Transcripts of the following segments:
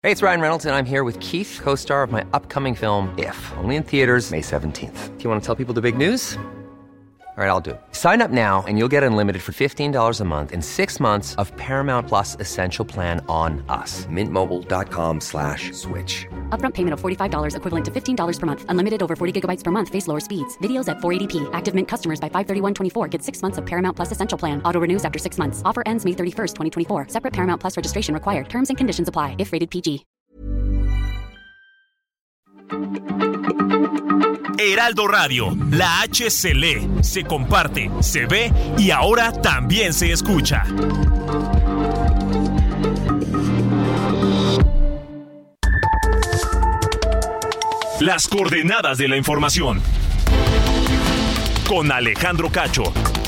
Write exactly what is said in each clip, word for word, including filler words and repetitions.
Hey, it's Ryan Reynolds, and I'm here with Keith, co-star of my upcoming film, If, only in theaters May seventeenth. Do you want to tell people the big news? All right, I'll do it. Sign up now and you'll get unlimited for fifteen dollars a month and six months of Paramount Plus Essential Plan on us. Mint Mobile dot com slash switch. Upfront payment of forty-five dollars equivalent to fifteen dollars per month. Unlimited over forty gigabytes per month. Face lower speeds. Videos at four eighty p. Active Mint customers by five thirty-one twenty-four get six months of Paramount Plus Essential Plan. Auto renews after six months. Offer ends May thirty-first, twenty twenty-four. Separate Paramount Plus registration required. Terms and conditions apply if rated P G. Heraldo Radio, la H se lee, se comparte, se ve y ahora también se escucha. Las coordenadas de la información con Alejandro Cacho.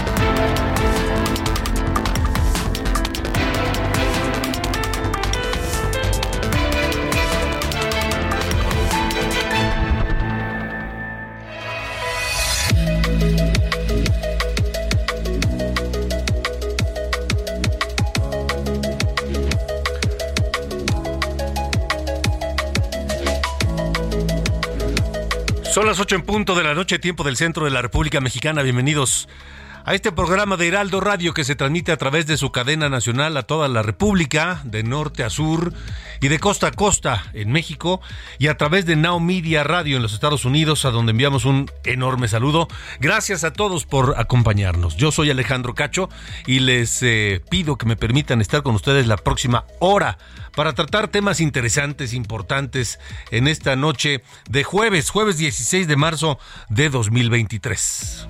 Son las ocho en punto de la noche, tiempo del centro de la República Mexicana. Bienvenidos a este programa de Heraldo Radio que se transmite a través de su cadena nacional a toda la República, de norte a sur y de costa a costa en México, y a través de Now Media Radio en los Estados Unidos, a donde enviamos un enorme saludo. Gracias a todos por acompañarnos. Yo soy Alejandro Cacho y les eh, pido que me permitan estar con ustedes la próxima hora para tratar temas interesantes, importantes en esta noche de jueves, jueves dieciséis de marzo de dos mil veintitrés.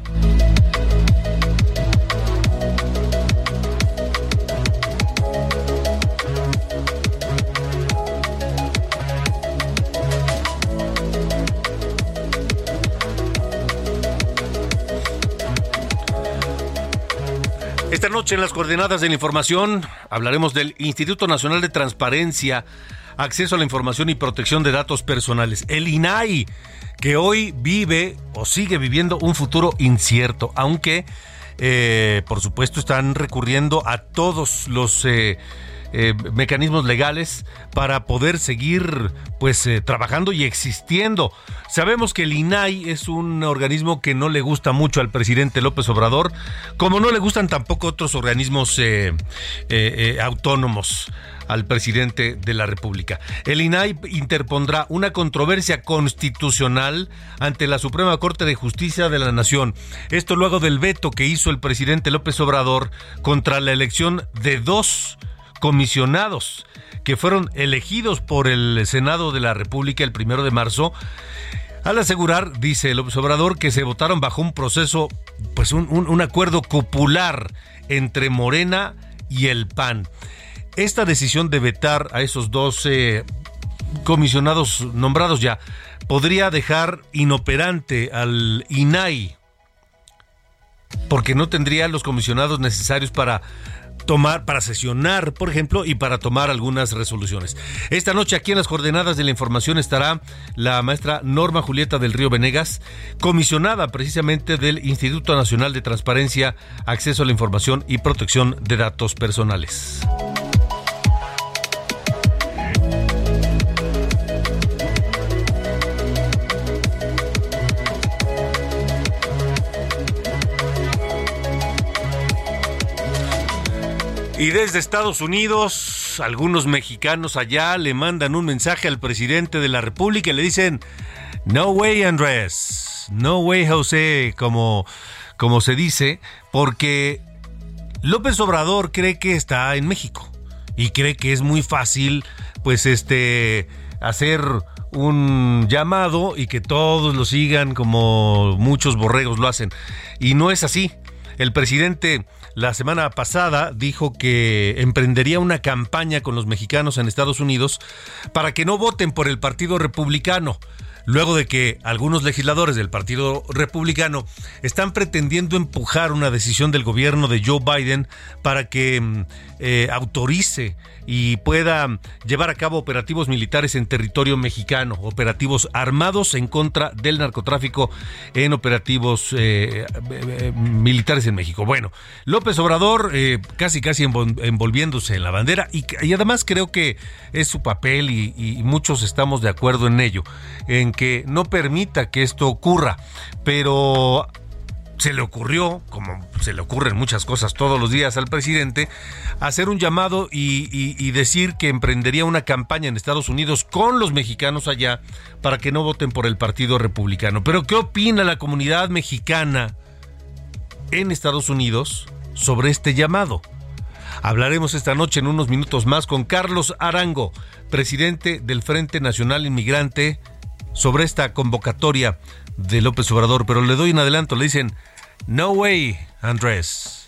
Esta noche en las coordenadas de la información hablaremos del Instituto Nacional de Transparencia, Acceso a la Información y Protección de Datos Personales, el I N A I, que hoy vive o sigue viviendo un futuro incierto, aunque eh, por supuesto están recurriendo a todos los eh, eh, mecanismos legales para poder seguir pues eh, trabajando y existiendo. Sabemos que el I N A I es un organismo que no le gusta mucho al presidente López Obrador, como no le gustan tampoco otros organismos eh, eh, eh, autónomos al presidente de la República. El I N A I interpondrá una controversia constitucional ante la Suprema Corte de Justicia de la Nación. Esto luego del veto que hizo el presidente López Obrador contra la elección de dos comisionados que fueron elegidos por el Senado de la República el primero de marzo, al asegurar, dice López Obrador, que se votaron bajo un proceso, pues un, un, un acuerdo popular entre Morena y el P A N. Esta decisión de vetar a esos dos eh, comisionados nombrados ya podría dejar inoperante al I N A I, porque no tendría los comisionados necesarios para tomar, para sesionar, por ejemplo, y para tomar algunas resoluciones. Esta noche aquí en las coordenadas de la información estará la maestra Norma Julieta del Río Venegas, comisionada precisamente del Instituto Nacional de Transparencia, Acceso a la Información y Protección de Datos Personales. Y desde Estados Unidos, algunos mexicanos allá le mandan un mensaje al presidente de la República y le dicen: no way, Andrés, no way, José, como, como se dice, porque López Obrador cree que está en México y cree que es muy fácil, pues, este, hacer un llamado y que todos lo sigan como muchos borregos lo hacen. Y no es así. El presidente la semana pasada dijo que emprendería una campaña con los mexicanos en Estados Unidos para que no voten por el Partido Republicano. luego de que algunos legisladores del Partido Republicano están pretendiendo empujar una decisión del gobierno de Joe Biden para que eh, autorice y pueda llevar a cabo operativos militares en territorio mexicano, operativos armados en contra del narcotráfico en operativos eh, eh, militares en México. Bueno, López Obrador eh, casi casi envolviéndose en la bandera y, y además creo que es su papel y, y muchos estamos de acuerdo en ello, en que no permita que esto ocurra, pero se le ocurrió, como se le ocurren muchas cosas todos los días al presidente, hacer un llamado y, y, y decir que emprendería una campaña en Estados Unidos con los mexicanos allá para que no voten por el Partido Republicano. Pero ¿qué opina la comunidad mexicana en Estados Unidos sobre este llamado? Hablaremos esta noche en unos minutos más con Carlos Arango, presidente del Frente Nacional Inmigrante, sobre esta convocatoria de López Obrador, pero le doy un adelanto, le dicen, no way, Andrés.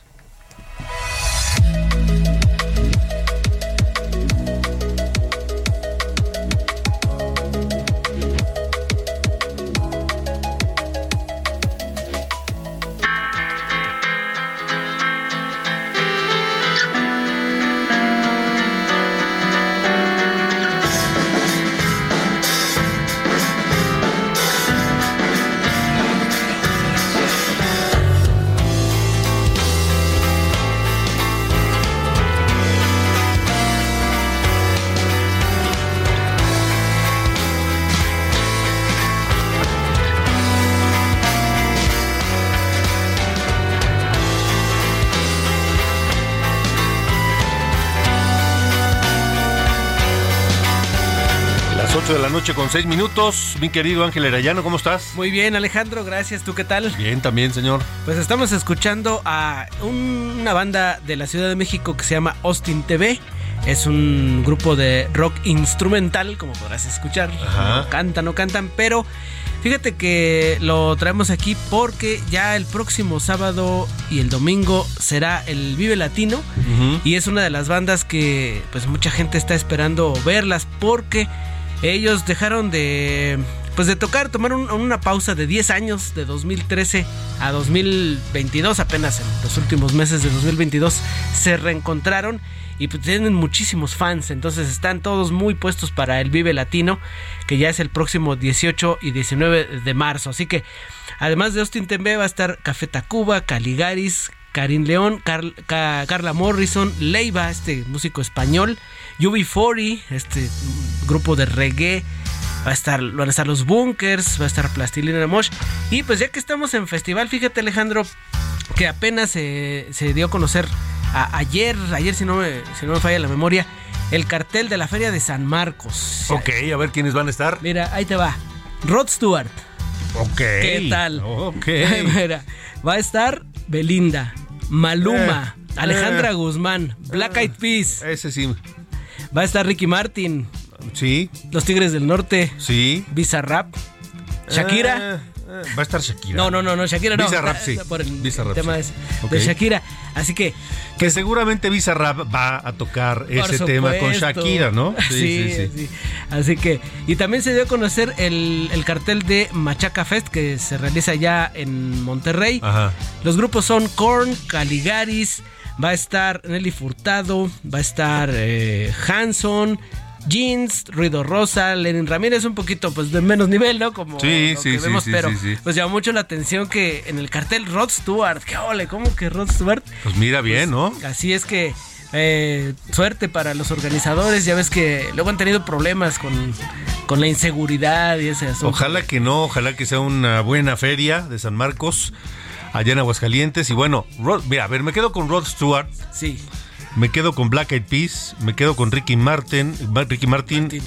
De la noche con seis minutos. Mi querido Ángel Arellano, ¿cómo estás? Muy bien, Alejandro, gracias. ¿Tú qué tal? Bien, también, señor. Pues estamos escuchando a un, una banda de la Ciudad de México que se llama Austin T V. Es un grupo de rock instrumental, como podrás escuchar. Ajá. No cantan, no cantan, pero fíjate que lo traemos aquí porque ya el próximo sábado y el domingo será el Vive Latino. Uh-huh. Y es una de las bandas que pues mucha gente está esperando verlas porque ellos dejaron de pues de tocar, tomaron una pausa de diez años, de dos mil trece a dos mil veintidós, apenas en los últimos meses de dos mil veintidós se reencontraron y pues tienen muchísimos fans, entonces están todos muy puestos para el Vive Latino, que ya es el próximo dieciocho y diecinueve de marzo, así que además de Austin T V va a estar Café Tacuba, Caligaris, Karim León, Car- Car- Carla Morrison, Leiva, este músico español, U B cuarenta, este grupo de reggae, va a estar, van a estar los Bunkers, va a estar Plastilina Mosh, y pues ya que estamos en festival, fíjate, Alejandro, que apenas se, se dio a conocer a, ayer, ayer si no, me, si no me falla la memoria, el cartel de la Feria de San Marcos. Ok, a ver quiénes van a estar. Mira, ahí te va, Rod Stewart. Ok. ¿Qué tal? Ok. Mira, va a estar Belinda, Maluma, eh, Alejandra eh, Guzmán, Black Eyed Peas. Ese sí. Va a estar Ricky Martin. Sí. Los Tigres del Norte. Sí. Bizarrap. Shakira. Eh, eh, va a estar Shakira. No, no, no, no Shakira no. Bizarrap sí. Por el Bizarrap, tema sí. es Okay. de Shakira. Así que... Que pues, seguramente Bizarrap va a tocar ese supuesto. tema con Shakira, ¿no? Sí sí, sí, sí. Así que... Y también se dio a conocer el, el cartel de Machaca Fest, que se realiza ya en Monterrey. Ajá. Los grupos son Korn, Caligaris, va a estar Nelly Furtado, va a estar eh, Hanson, Jeans, Ruido Rosa, Lenin Ramírez, un poquito pues de menos nivel, ¿no? Como sí, lo sí, que vemos, sí, pero sí, sí. pues llamó mucho la atención que en el cartel Rod Stewart, qué ole, ¿cómo que Rod Stewart? Pues mira bien, pues, ¿no? Así es que eh, suerte para los organizadores, ya ves que luego han tenido problemas con, con la inseguridad y ese asunto. Ojalá que no, ojalá que sea una buena feria de San Marcos allá en Aguascalientes. Y bueno, Rod, mira, a ver, me quedo con Rod Stewart. Sí. Me quedo con Black Eyed Peas, me quedo con Ricky Martin, Ricky Martin, Martin.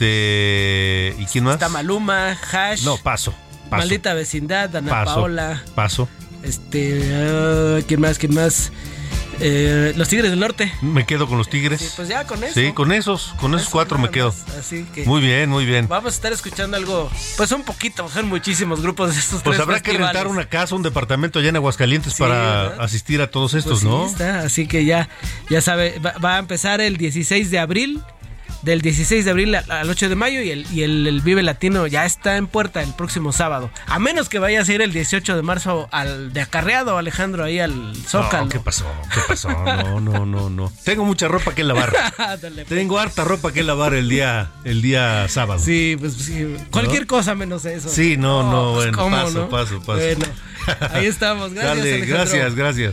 este, ¿y quién más? Está Maluma, Hash. No, paso, paso. Maldita Vecindad, Ana paso, Paola. Paso. Este, uh, ¿quién más? ¿Quién más? Eh, los Tigres del Norte. Me quedo con los Tigres. Sí, pues ya con eso. Sí, con esos, con esos cuatro me quedo. Más, así que muy bien, muy bien. Vamos a estar escuchando algo, pues un poquito, son muchísimos grupos de estos pues tres habrá festivales. que rentar una casa, un departamento allá en Aguascalientes sí, para ¿verdad? Asistir a todos estos, pues sí, ¿no? Está, así que ya, ya sabe, va, va a empezar el dieciséis de abril del dieciséis de abril al ocho de mayo y el, y el, el Vive Latino ya está en puerta el próximo sábado. A menos que vayas a ir el dieciocho de marzo al de acarreado, Alejandro, ahí al Zócalo. No, ¿qué pasó? ¿Qué pasó? No, no, no, no. Tengo mucha ropa que lavar. Dale, pues. Tengo harta ropa que lavar el día, el día sábado. Sí, pues sí. Cualquier ¿no? cosa menos eso. Sí, no, no, no pues, bueno, ¿cómo, paso, no? paso, paso. Bueno, ahí estamos. Gracias, Dale, Alejandro. gracias, gracias.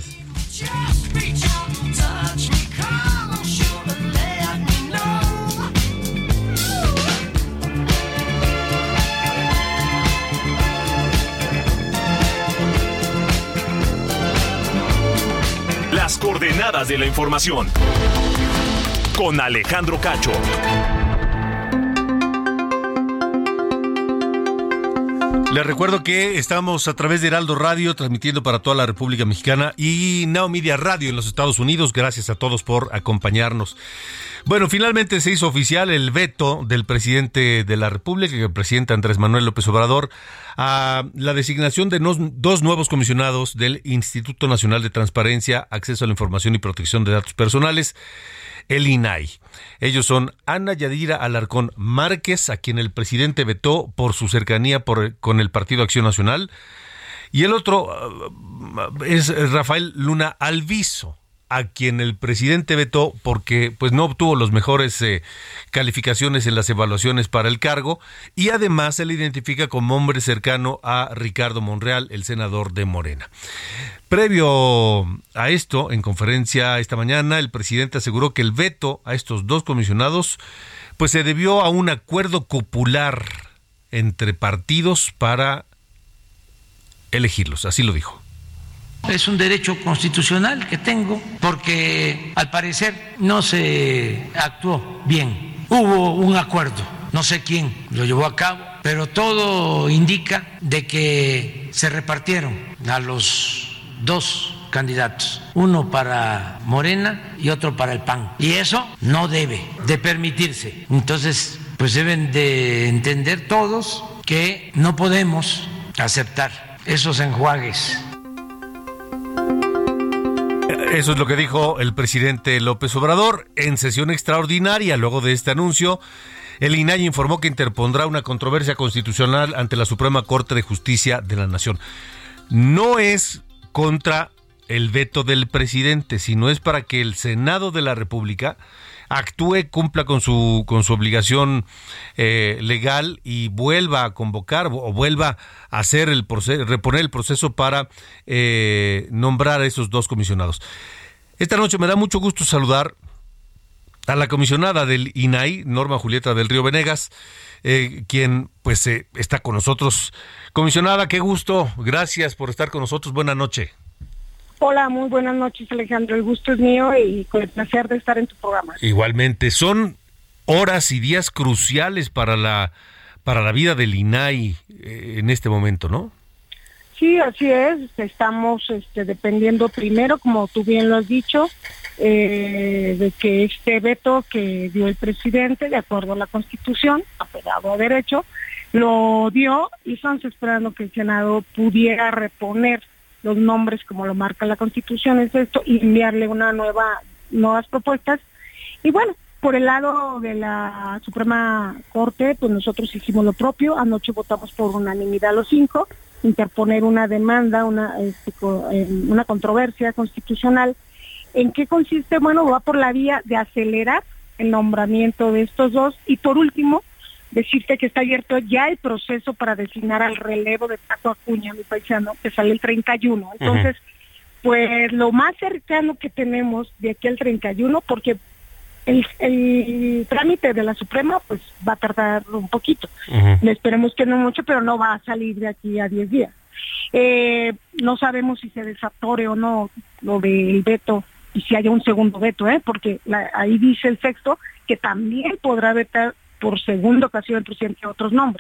Las coordenadas de la información con Alejandro Cacho. Les recuerdo que estamos a través de Heraldo Radio transmitiendo para toda la República Mexicana y Now Media Radio en los Estados Unidos. Gracias a todos por acompañarnos. Bueno, finalmente se hizo oficial el veto del presidente de la República, el presidente Andrés Manuel López Obrador, a la designación de dos nuevos comisionados del Instituto Nacional de Transparencia, Acceso a la Información y Protección de Datos Personales, el I N A I. Ellos son Ana Yadira Alarcón Márquez, a quien el presidente vetó por su cercanía por, con el Partido Acción Nacional, y el otro uh, es Rafael Luna Alviso, a quien el presidente vetó porque pues no obtuvo las mejores eh, calificaciones en las evaluaciones para el cargo, y además se le identifica como hombre cercano a Ricardo Monreal, el senador de Morena. Previo a esto, en conferencia esta mañana, el presidente aseguró que el veto a estos dos comisionados pues se debió a un acuerdo popular entre partidos para elegirlos, así lo dijo. Es un derecho constitucional que tengo porque al parecer no se actuó bien. Hubo un acuerdo, no sé quién lo llevó a cabo, pero todo indica de que se repartieron a los dos candidatos, uno para Morena y otro para el P A N. Y eso no debe de permitirse. Entonces, pues deben de entender todos que no podemos aceptar esos enjuagues. Eso es lo que dijo el presidente López Obrador en sesión extraordinaria. Luego de este anuncio, el I N A I informó que interpondrá una controversia constitucional ante la Suprema Corte de Justicia de la Nación. No es contra el veto del presidente, sino es para que el Senado de la República actúe, cumpla con su con su obligación eh, legal y vuelva a convocar o vuelva a hacer el proceso, reponer el proceso para eh, nombrar a esos dos comisionados. Esta noche me da mucho gusto saludar a la comisionada del I N A I, Norma Julieta del Río Venegas, eh, quien pues eh, está con nosotros. Comisionada, qué gusto, gracias por estar con nosotros, buena noche. Hola, muy buenas noches, Alejandro. El gusto es mío y con el placer de estar en tu programa. Igualmente, son horas y días cruciales para la para la vida del I N A I eh, en este momento, ¿no? Sí, así es. Estamos este, dependiendo primero, como tú bien lo has dicho, eh, de que este veto que dio el presidente, de acuerdo a la Constitución, apegado a derecho, lo dio y estamos esperando que el Senado pudiera reponer los nombres como lo marca la Constitución, es esto, y enviarle una nueva, nuevas propuestas. Y bueno, por el lado de la Suprema Corte, pues nosotros hicimos lo propio. Anoche votamos por unanimidad los cinco, interponer una demanda, una, este, una controversia constitucional. ¿En qué consiste? Bueno, va por la vía de acelerar el nombramiento de estos dos, y por último, decirte que está abierto ya el proceso para designar al relevo de Paco Acuña, mi paisano, que sale el treinta y uno. Entonces, uh-huh. pues lo más cercano que tenemos de aquí al treinta y uno, porque el, el trámite de la Suprema pues va a tardar un poquito. Uh-huh. Esperemos que no mucho, pero no va a salir de aquí a diez días. Eh, no sabemos si se desatore o no lo del veto y si haya un segundo veto, ¿eh? porque la, ahí dice el sexto que también podrá vetar por segunda ocasión el presidente otros nombres.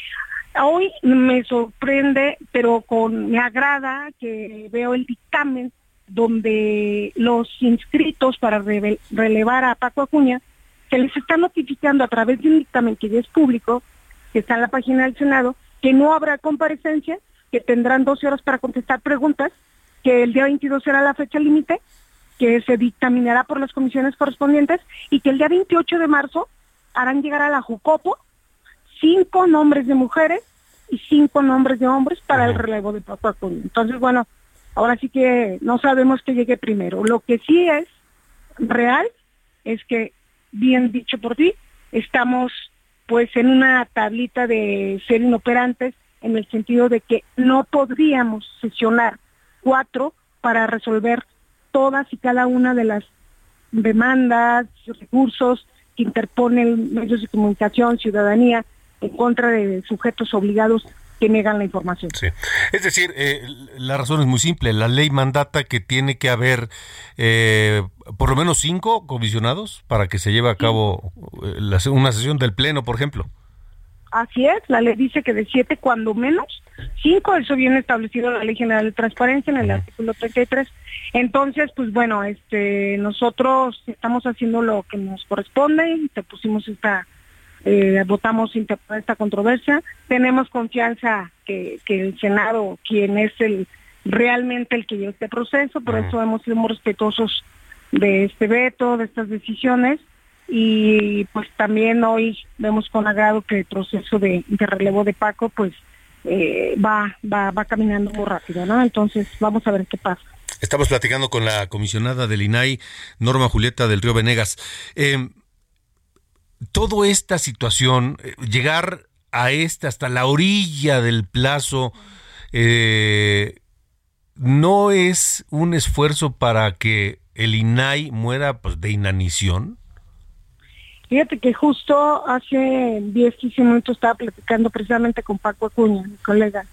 Hoy me sorprende, pero con me agrada que veo el dictamen donde los inscritos para rele- relevar a Paco Acuña se les está notificando a través de un dictamen que ya es público, que está en la página del Senado, que no habrá comparecencia, que tendrán doce horas para contestar preguntas, que el día veintidós será la fecha límite, que se dictaminará por las comisiones correspondientes y que el día veintiocho de marzo harán llegar a la Jucopo cinco nombres de mujeres y cinco nombres de hombres para el relevo de Paco Acuña. Entonces, bueno, ahora sí que no sabemos qué llegue primero. Lo que sí es real es que, bien dicho por ti, estamos pues en una tablita de ser inoperantes, en el sentido de que no podríamos sesionar cuatro para resolver todas y cada una de las demandas, recursos que interponen medios de comunicación, ciudadanía, en contra de sujetos obligados que niegan la información. Sí. Es decir, eh, la razón es muy simple. La ley mandata que tiene que haber eh, por lo menos cinco comisionados para que se lleve a cabo eh, la, una sesión del Pleno, por ejemplo. Así es, la ley dice que de siete cuando menos, cinco, eso viene establecido en la Ley General de Transparencia en el uh-huh. artículo treinta y tres. Entonces, pues bueno, este, nosotros estamos haciendo lo que nos corresponde y te pusimos esta, eh, votamos interponer esta controversia. Tenemos confianza que, que el Senado, quien es el realmente el que lleva este proceso, por uh-huh. eso hemos sido muy respetuosos de este veto, de estas decisiones. Y pues también hoy vemos con agrado que el proceso de, de relevo de Paco pues eh, va, va, va caminando muy rápido, ¿no? Entonces vamos a ver qué pasa. Estamos platicando con la comisionada del I N A I, Norma Julieta del Río Venegas. Eh, toda esta situación, eh, llegar a esta, hasta la orilla del plazo, eh, ¿no es un esfuerzo para que el I N A I muera pues, de inanición? Fíjate que justo hace diez, quince minutos estaba platicando precisamente con Paco Acuña, mi colega,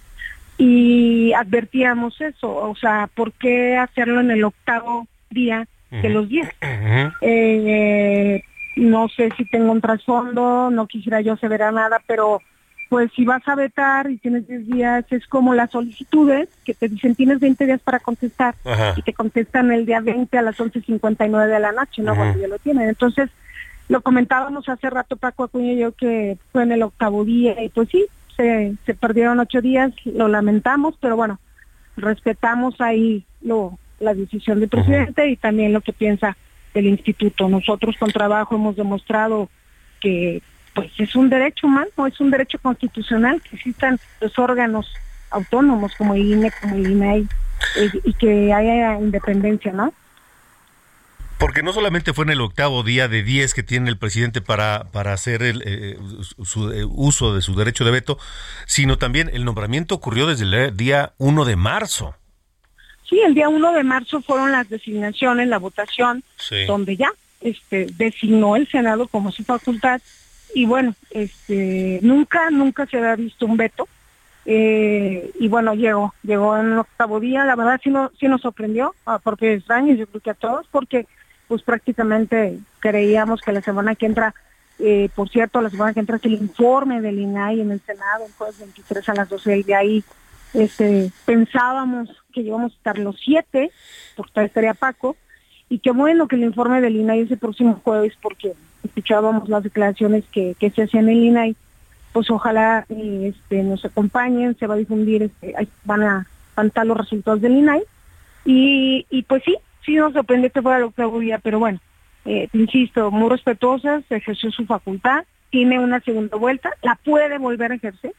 y advertíamos eso, o sea, ¿por qué hacerlo en el octavo día de los diez? Uh-huh. Eh, no sé si tengo un trasfondo, no quisiera yo aseverar nada, pero pues si vas a vetar y tienes diez días, es como las solicitudes que te dicen tienes veinte días para contestar, uh-huh. y te contestan el día veinte a las once cincuenta y nueve de la noche, ¿no? Uh-huh. Cuando ya lo tienen, entonces lo comentábamos hace rato Paco Acuña y yo que fue en el octavo día y pues sí, se, se perdieron ocho días, lo lamentamos, pero bueno, respetamos ahí lo, la decisión del presidente uh-huh. y también lo que piensa el instituto. Nosotros con trabajo hemos demostrado que pues es un derecho humano, es un derecho constitucional que existan los órganos autónomos como el I N E, como el I N A I y, y que haya independencia, ¿no? Porque no solamente fue en el octavo día de diez que tiene el presidente para, para hacer el eh, su, eh, uso de su derecho de veto, sino también el nombramiento ocurrió desde el día uno de marzo. Sí, el día uno de marzo fueron las designaciones, la votación, sí. donde ya este, designó el Senado como su facultad, y bueno, este nunca, nunca se había visto un veto, eh, y bueno, llegó, llegó en el octavo día, la verdad sí, no, sí nos sorprendió, a propios extraños, yo creo que a todos, porque pues prácticamente creíamos que la semana que entra, eh, por cierto, la semana que entra es el informe del I N A I en el Senado, el jueves veintitrés a las doce, y de ahí este, pensábamos que íbamos a estar los siete, porque tal estaría Paco, y qué bueno que el informe del I N A I es el próximo jueves, porque escuchábamos las declaraciones que, que se hacían en el I N A I, pues ojalá eh, este, nos acompañen, se va a difundir, este, van a cantar los resultados del I N A I, y, y pues sí, sí nos sorprendió que fuera el octavo día, pero bueno, eh, insisto, muy respetuosas, ejerció su facultad, tiene una segunda vuelta, la puede volver a ejercer,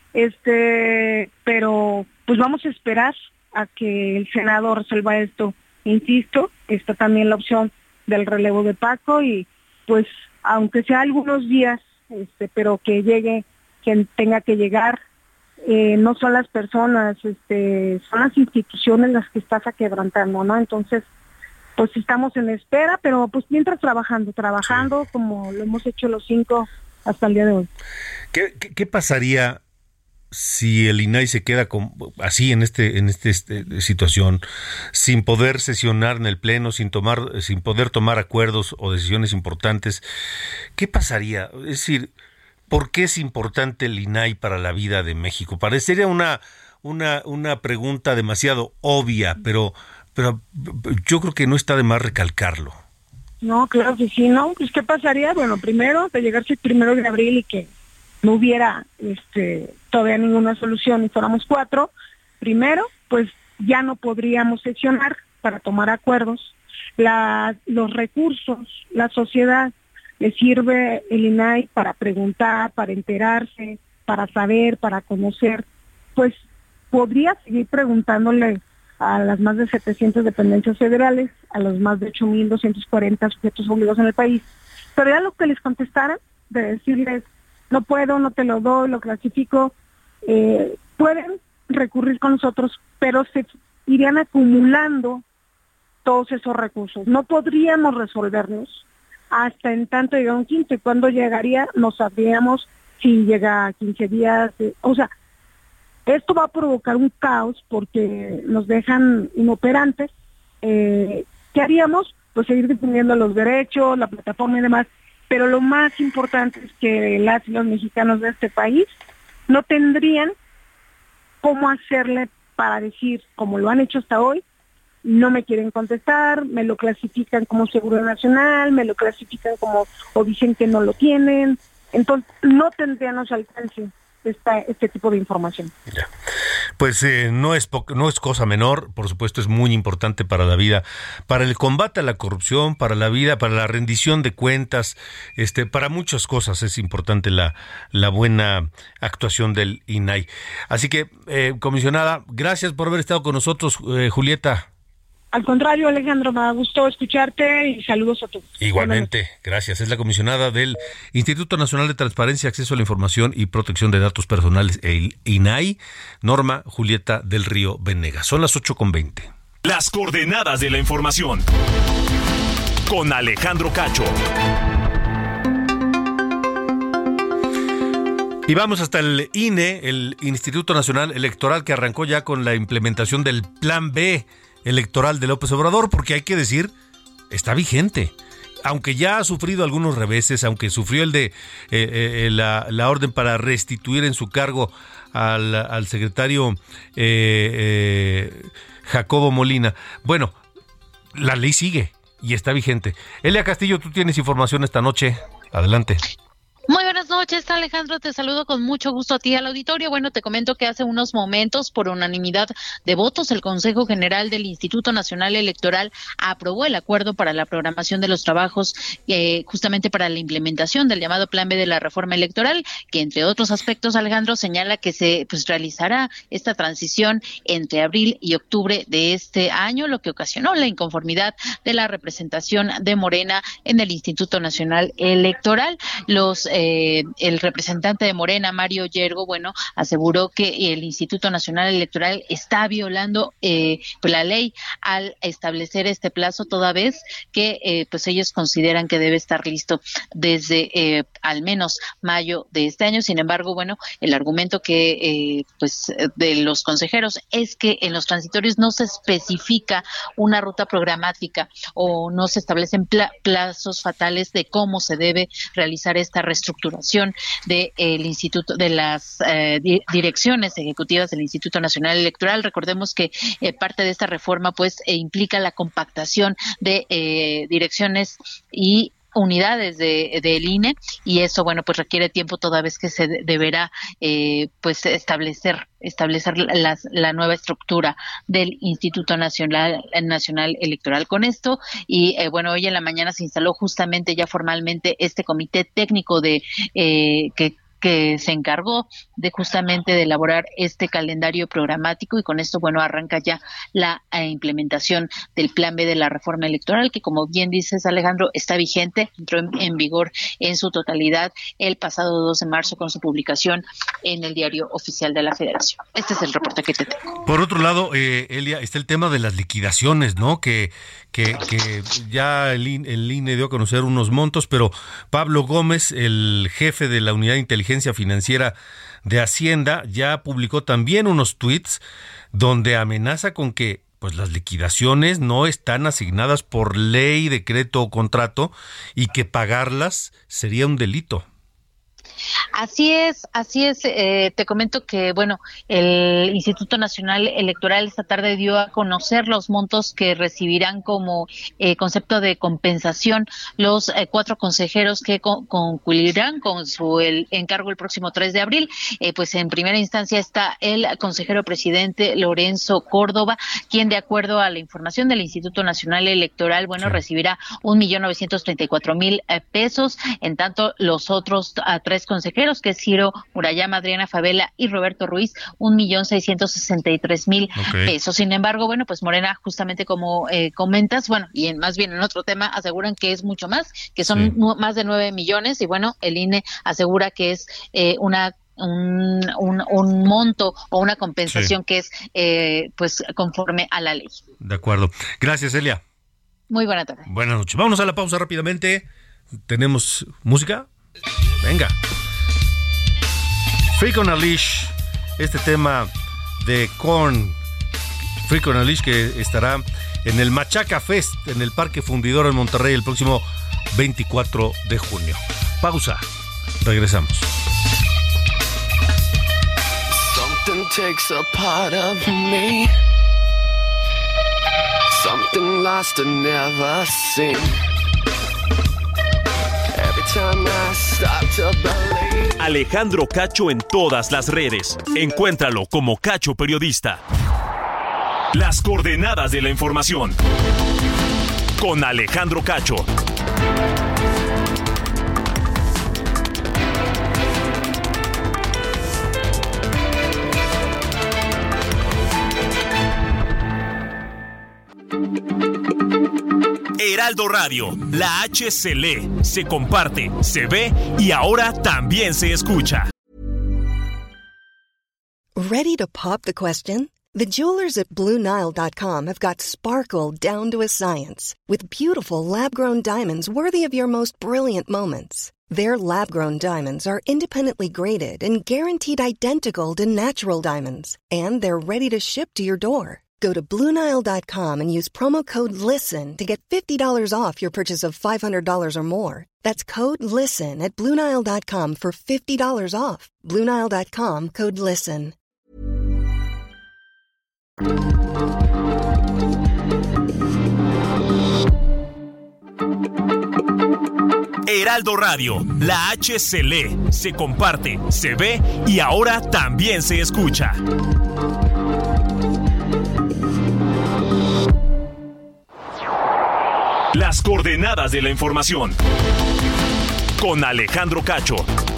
este, pero pues vamos a esperar a que el Senado resuelva esto. Insisto, está también la opción del relevo de Paco y pues aunque sea algunos días, este, pero que llegue, que tenga que llegar, Eh, no son las personas, este, son las instituciones las que estás aquebrantando, ¿no? Entonces, pues estamos en espera, pero pues mientras trabajando, trabajando sí. como lo hemos hecho los cinco hasta el día de hoy. ¿Qué, qué, qué pasaría si el I N A I se queda con, así en este en esta este, situación, sin poder sesionar en el Pleno, sin tomar, sin poder tomar acuerdos o decisiones importantes? ¿Qué pasaría? Es decir, ¿por qué es importante el I N A I para la vida de México? Parecería una una una pregunta demasiado obvia, pero pero yo creo que no está de más recalcarlo. No, claro que sí, ¿no? Pues ¿qué pasaría? Bueno, primero, de llegarse el primero de abril y que no hubiera este todavía ninguna solución y fuéramos cuatro, primero, pues ya no podríamos sesionar para tomar acuerdos. La, los recursos, la sociedad le sirve el I N A I para preguntar, para enterarse, para saber, para conocer, pues podría seguir preguntándole a las más de setecientas dependencias federales, a los más de ocho mil doscientos cuarenta sujetos obligados en el país, pero ya lo que les contestaran, de decirles, no puedo, no te lo doy, lo clasifico, eh, pueden recurrir con nosotros, pero se irían acumulando todos esos recursos. No podríamos resolverlos hasta en tanto llega un quince. Cuando llegaría, no sabríamos si llega a quince días. Eh, o sea, esto va a provocar un caos porque nos dejan inoperantes. Eh, ¿Qué haríamos? Pues seguir defendiendo los derechos, la plataforma y demás. Pero lo más importante es que las y los mexicanos de este país no tendrían cómo hacerle para decir, como lo han hecho hasta hoy, no me quieren contestar, me lo clasifican como seguro nacional, me lo clasifican como, o dicen que no lo tienen, entonces no tendrían su alcance esta, este tipo de información. Ya. Pues eh, no es po- no es cosa menor, por supuesto es muy importante para la vida, para el combate a la corrupción, para la vida, para la rendición de cuentas, este, para muchas cosas es importante la, la buena actuación del I N A I. Así que, eh, comisionada, gracias por haber estado con nosotros, eh, Julieta. Al contrario, Alejandro, me ha gustado escucharte y saludos a todos. Igualmente, gracias. Es la comisionada del Instituto Nacional de Transparencia, Acceso a la Información y Protección de Datos Personales, el I N A I, Norma Julieta del Río Venegas. Son las ocho con veinte. Las coordenadas de la información con Alejandro Cacho. Y vamos hasta el I N E, el Instituto Nacional Electoral, que arrancó ya con la implementación del Plan B electoral de López Obrador, porque hay que decir, está vigente. Aunque ya ha sufrido algunos reveses, aunque sufrió el de eh, eh, la, la orden para restituir en su cargo al, al secretario eh, eh, Jacobo Molina. Bueno, la ley sigue y está vigente. Elia Castillo, tú tienes información esta noche. Adelante. Muy buenas noches, Alejandro, te saludo con mucho gusto a ti al auditorio. Bueno, te comento que hace unos momentos, por unanimidad de votos, el Consejo General del Instituto Nacional Electoral aprobó el acuerdo para la programación de los trabajos eh, justamente para la implementación del llamado Plan B de la reforma electoral, que entre otros aspectos, Alejandro, señala que se pues realizará esta transición entre abril y octubre de este año, lo que ocasionó la inconformidad de la representación de Morena en el Instituto Nacional Electoral. Los Eh, el representante de Morena, Mario Yergo, bueno, aseguró que el Instituto Nacional Electoral está violando eh, pues la ley al establecer este plazo, toda vez que eh, pues ellos consideran que debe estar listo desde eh, al menos mayo de este año. Sin embargo, bueno, el argumento que eh, pues de los consejeros es que en los transitorios no se especifica una ruta programática o no se establecen pla- plazos fatales de cómo se debe realizar esta reestructuración del de, instituto de las eh, di- direcciones ejecutivas del Instituto Nacional Electoral. Recordemos que eh, parte de esta reforma pues eh, implica la compactación de eh, direcciones y unidades de del I N E, y eso bueno pues requiere tiempo, toda vez que se de, deberá eh, pues establecer establecer las, la nueva estructura del Instituto Nacional Nacional Electoral. Con esto y eh, bueno, hoy en la mañana se instaló justamente ya formalmente este comité técnico de eh, que que se encargó de justamente de elaborar este calendario programático, y con esto, bueno, arranca ya la eh, implementación del Plan B de la reforma electoral, que como bien dices, Alejandro, está vigente, entró en, en vigor en su totalidad el pasado dos de marzo con su publicación en el Diario Oficial de la Federación. Este es el reporte que te tengo. Por otro lado, eh, Elia, está el tema de las liquidaciones, ¿no? Que, que, que ya el, el I N E dio a conocer unos montos, pero Pablo Gómez, el jefe de la Unidad de Inteligencia Financiera de Hacienda, ya publicó también unos tweets donde amenaza con que pues las liquidaciones no están asignadas por ley, decreto o contrato, y que pagarlas sería un delito. Así es, así es. Eh, te comento que, bueno, el Instituto Nacional Electoral esta tarde dio a conocer los montos que recibirán como eh, concepto de compensación los eh, cuatro consejeros que co- concluirán con su el encargo el próximo tres de abril. Eh, pues en primera instancia está el consejero presidente Lorenzo Córdoba, quien de acuerdo a la información del Instituto Nacional Electoral, bueno, sí. recibirá un millón novecientos treinta y cuatro mil pesos. En tanto, los otros a tres consejeros, que es Ciro Murayama, Adriana Favela y Roberto Ruiz, un millón seiscientos sesenta y tres mil pesos. Sin embargo, bueno, pues Morena, justamente como eh, comentas, bueno, y en, más bien en otro tema, aseguran que es mucho más, que son sí. nu- más de nueve millones, y bueno, el I N E asegura que es eh, una Un, un, un monto o una compensación sí. que es eh, pues conforme a la ley. De acuerdo. Gracias, Elia. Muy buena tarde. Buenas noches. Vámonos a la pausa rápidamente. ¿Tenemos música? Venga. Freak on a Leash, este tema de Korn. Freak on a Leash, que estará en el Machaca Fest en el Parque Fundidor en Monterrey el próximo veinticuatro de junio. Pausa. Regresamos. Something takes a part of me, something lost and never seen. Every time I start to believe. Alejandro Cacho en todas las redes. Encuéntralo como Cacho Periodista. Las coordenadas de la información con Alejandro Cacho. Heraldo Radio, la H se lee, se comparte, se ve y ahora también se escucha. Ready to pop the question? The jewelers at Blue Nile dot com have got sparkle down to a science with beautiful lab-grown diamonds worthy of your most brilliant moments. Their lab-grown diamonds are independently graded and guaranteed identical to natural diamonds, and they're ready to ship to your door. Go to Blue Nile dot com and use promo code LISTEN to get fifty dollars off your purchase of five hundred dollars or more. That's code LISTEN at Blue Nile dot com for fifty dollars off. Blue Nile dot com, code LISTEN. Heraldo Radio, la H se lee, se comparte, se ve y ahora también se escucha. Las coordenadas de la información con Alejandro Cacho.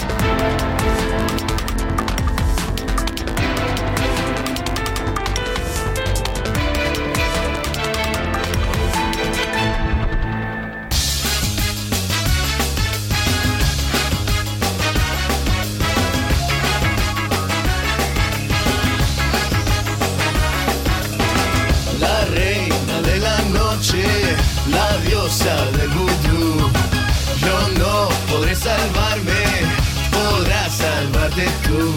La reina de la noche, la diosa del vudú. Yo no podré salvarme, podrás salvarte tú.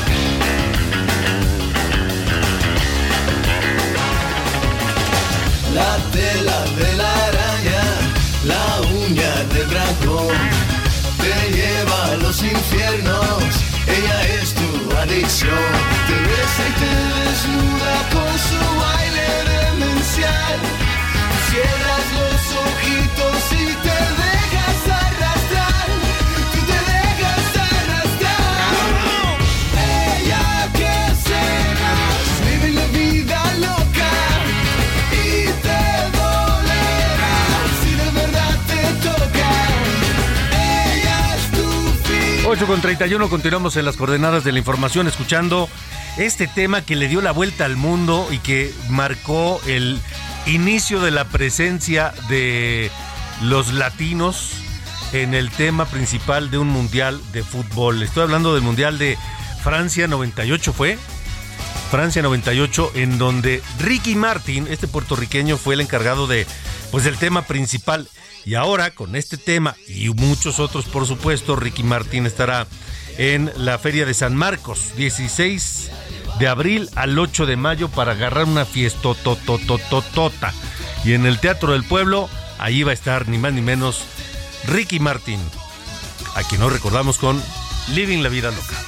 La tela de la araña, la uña del dragón, te lleva a los infiernos, ella es tu adicción. Te besa y te desnuda con su baile demencial. Cierras los ojitos y te dejas arrastrar. Tú te dejas arrastrar. Ella que serás, vive la vida loca y te dolerá si de verdad te toca. Ella es tu fin. ocho con treinta y uno, continuamos en las coordenadas de la información escuchando este tema que le dio la vuelta al mundo y que marcó el inicio de la presencia de los latinos en el tema principal de un mundial de fútbol. Estoy hablando del mundial de Francia noventa y ocho, ¿fue? Francia noventa y ocho, en donde Ricky Martin, este puertorriqueño, fue el encargado de, pues, del tema principal. Y ahora, con este tema y muchos otros, por supuesto, Ricky Martin estará en la Feria de San Marcos, dieciséis de abril al ocho de mayo, para agarrar una fiestototototota. Y en el Teatro del Pueblo, ahí va a estar ni más ni menos Ricky Martin, a quien nos recordamos con Living la vida loca.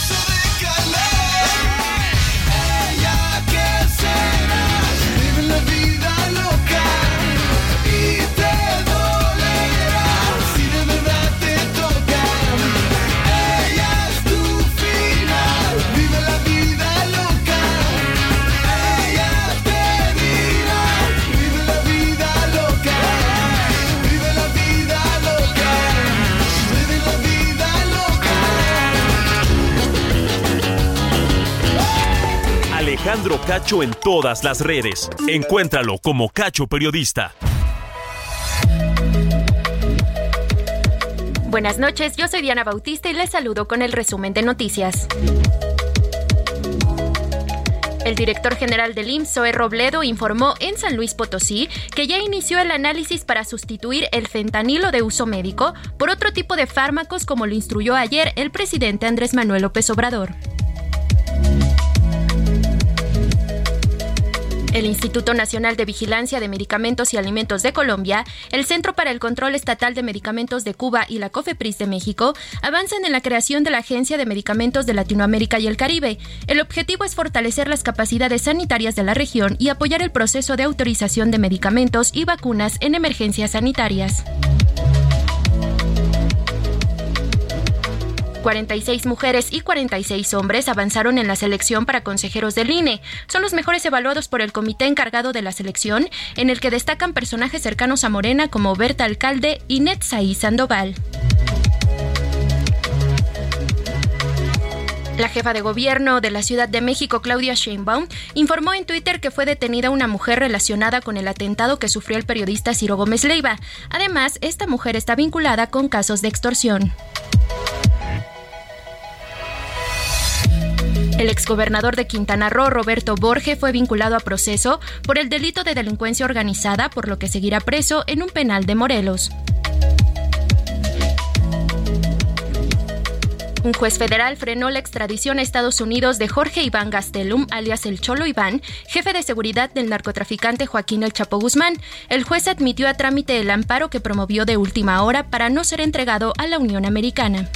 Ella que será, vive la vida loca y te dolerá si de verdad te toca. Ella es tu final, vive la vida loca. Ella te dirá, vive la vida loca, vive la vida loca, vive la vida loca. Alejandro Cacho en todas las redes. Encuéntralo como Cacho Periodista. Buenas noches, yo soy Diana Bautista y les saludo con el resumen de noticias. El director general del I M S S, Zoe Robledo, informó en San Luis Potosí que ya inició el análisis para sustituir el fentanilo de uso médico por otro tipo de fármacos, como lo instruyó ayer el presidente Andrés Manuel López Obrador. El Instituto Nacional de Vigilancia de Medicamentos y Alimentos de Colombia, el Centro para el Control Estatal de Medicamentos de Cuba y la COFEPRIS de México avanzan en la creación de la Agencia de Medicamentos de Latinoamérica y el Caribe. El objetivo es fortalecer las capacidades sanitarias de la región y apoyar el proceso de autorización de medicamentos y vacunas en emergencias sanitarias. cuarenta y seis mujeres y cuarenta y seis hombres avanzaron en la selección para consejeros del I N E. Son los mejores evaluados por el comité encargado de la selección, en el que destacan personajes cercanos a Morena como Berta Alcalde y Netzaí Sandoval. La jefa de gobierno de la Ciudad de México, Claudia Sheinbaum, informó en Twitter que fue detenida una mujer relacionada con el atentado que sufrió el periodista Ciro Gómez Leiva. Además, esta mujer está vinculada con casos de extorsión. El exgobernador de Quintana Roo, Roberto Borge, fue vinculado a proceso por el delito de delincuencia organizada, por lo que seguirá preso en un penal de Morelos. Un juez federal frenó la extradición a Estados Unidos de Jorge Iván Gastelum, alias El Cholo Iván, jefe de seguridad del narcotraficante Joaquín El Chapo Guzmán. El juez admitió a trámite el amparo que promovió de última hora para no ser entregado a la Unión Americana.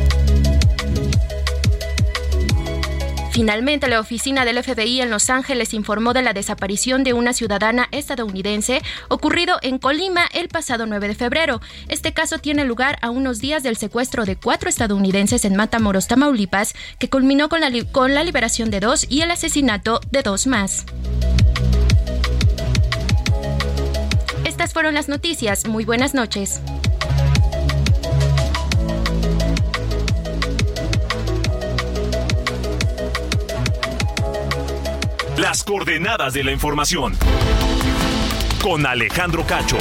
Finalmente, la oficina del F B I en Los Ángeles informó de la desaparición de una ciudadana estadounidense ocurrido en Colima el pasado nueve de febrero. Este caso tiene lugar a unos días del secuestro de cuatro estadounidenses en Matamoros, Tamaulipas, que culminó con la, li- con la liberación de dos y el asesinato de dos más. Estas fueron las noticias. Muy buenas noches. Las coordenadas de la información. Con Alejandro Cacho.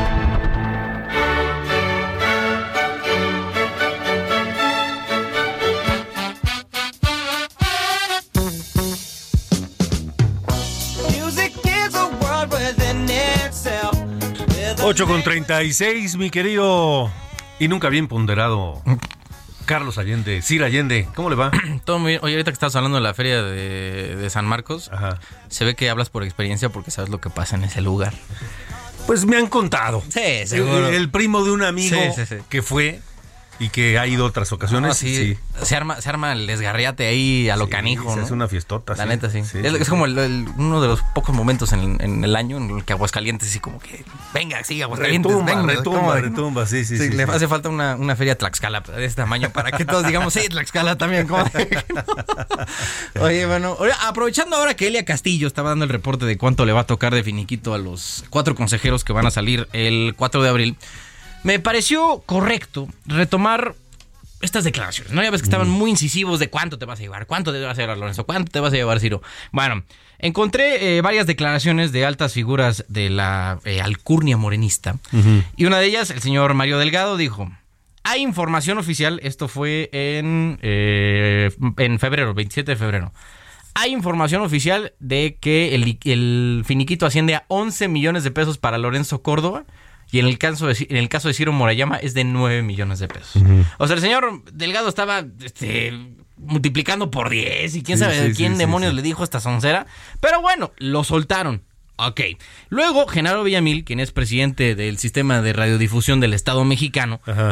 ocho con treinta y seis, mi querido y nunca bien ponderado Carlos Allende, Sir Allende, ¿cómo le va? Todo muy bien. Oye, ahorita que estabas hablando de la feria de, de San Marcos, ajá, se ve que hablas por experiencia porque sabes lo que pasa en ese lugar. Pues me han contado. Sí, seguro. El, el primo de un amigo sí, sí, sí. que fue y que ha ido otras ocasiones. No, sí, sí. Se arma, se arma el desgarriate ahí a lo sí, canijo, ¿no? Es una fiestota. La sí. neta, sí. sí es, sí, es como el, el, uno de los pocos momentos en, en el año en el que Aguascalientes así como que, venga, sí, Aguascalientes, retumba, venga. Retumba, ¿cómo? retumba, sí, sí. sí, sí le sí. hace falta una, una feria Tlaxcala de este tamaño para que todos digamos, sí, Tlaxcala también. ¿Cómo? Oye, bueno, aprovechando ahora que Elia Castillo estaba dando el reporte de cuánto le va a tocar de finiquito a los cuatro consejeros que van a salir el cuatro de abril, me pareció correcto retomar estas declaraciones, ¿no? Ya ves que estaban muy incisivos de cuánto te vas a llevar, cuánto te vas a llevar, Lorenzo, cuánto te vas a llevar, Ciro. Bueno, encontré eh, varias declaraciones de altas figuras de la eh, alcurnia morenista, uh-huh. y una de ellas, el señor Mario Delgado, dijo: hay información oficial, esto fue en, eh, en febrero, veintisiete de febrero, hay información oficial de que el, el finiquito asciende a once millones de pesos para Lorenzo Córdoba. Y en el caso de, en el caso de Ciro Murayama es de nueve millones de pesos. Uh-huh. O sea, el señor Delgado estaba este, multiplicando por diez y quién sí, sabe sí, quién sí, demonios sí, sí. le dijo esta soncera. Pero bueno, lo soltaron. Ok. Luego, Genaro Villamil, quien es presidente del sistema de radiodifusión del Estado mexicano, ajá,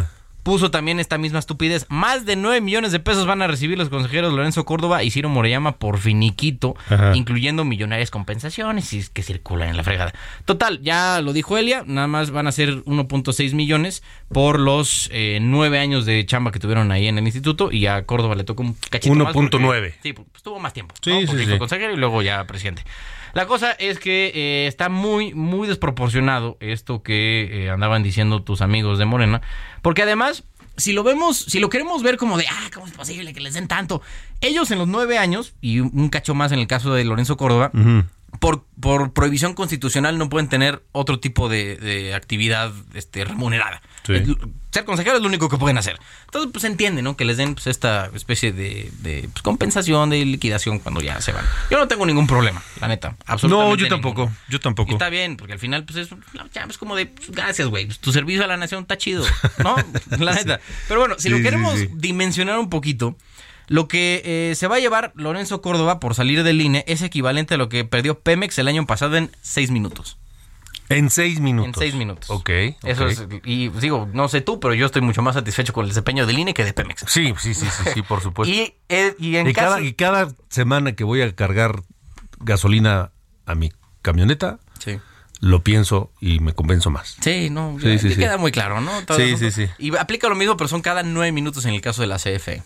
puso también esta misma estupidez. Más de nueve millones de pesos van a recibir los consejeros Lorenzo Córdoba y Ciro Murayama por finiquito, Ajá. incluyendo millonarias compensaciones y que circulan en la fregada. Total, ya lo dijo Elia, nada más van a ser uno punto seis millones por los eh, nueve años de chamba que tuvieron ahí en el instituto, y a Córdoba le tocó un cachito uno más. uno punto nueve. Sí, pues tuvo más tiempo, sí, ¿no? sí, Porque sí. fue consejero y luego ya presidente. La cosa es que eh, está muy, muy desproporcionado esto que eh, andaban diciendo tus amigos de Morena, porque además, si lo vemos, si lo queremos ver como de, ah, ¿cómo es posible que les den tanto? Ellos en los nueve años, y un cacho más en el caso de Lorenzo Córdoba, uh-huh. por, por prohibición constitucional no pueden tener otro tipo de, de actividad este, remunerada. Sí. El, ser consejero es lo único que pueden hacer. Entonces, pues entiende, ¿no? Que les den pues, esta especie de, de pues, compensación, de liquidación cuando ya se van. Yo no tengo ningún problema, la neta. Absolutamente. No, yo ninguno. tampoco. Yo tampoco. Y está bien, porque al final, pues es, ya, es como de, pues, gracias, güey. Tu servicio a la nación está chido, ¿no? La neta. Sí. Pero bueno, si sí, lo queremos sí, sí. dimensionar un poquito, lo que eh, se va a llevar Lorenzo Córdoba por salir del I N E es equivalente a lo que perdió Pemex el año pasado en seis minutos. En seis minutos. En seis minutos. Ok. Eso okay. es, y digo, no sé tú, pero yo estoy mucho más satisfecho con el desempeño del I N E que de Pemex. Sí, sí, sí, sí, sí, por supuesto. y, eh, y, en y, caso... cada, y cada semana que voy a cargar gasolina a mi camioneta, sí. lo pienso y me convenzo más. Sí, no, sí, ya, sí, sí. sí. queda muy claro, ¿no? Todo sí, sí, sí. Y aplica lo mismo, pero son cada nueve minutos en el caso de la C F E.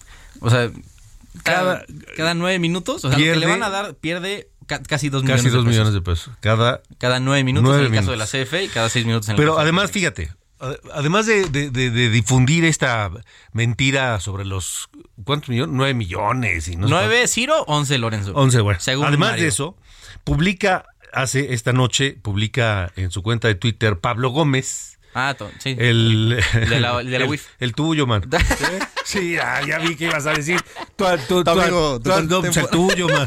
O sea, cada, cada, cada nueve minutos, o sea, pierde, lo que le van a dar pierde casi dos millones casi dos de pesos. millones de pesos. Cada, cada nueve minutos nueve en el minutos. caso de la C F E y cada seis minutos en el Pero caso además, de fíjate, además de, de, de, de difundir esta mentira sobre los, ¿cuántos millones? Nueve millones. Y no nueve, Ciro, once, Lorenzo. Once, bueno. Según además Mario. de eso, publica, hace esta noche, publica en su cuenta de Twitter Pablo Gómez. Ah, sí. El, de la, de la el, U I F. El tuyo, man. Sí, ya, ya vi que ibas a decir. Tu, tu, tu, amigo, tu, tu, tu, el tuyo, man.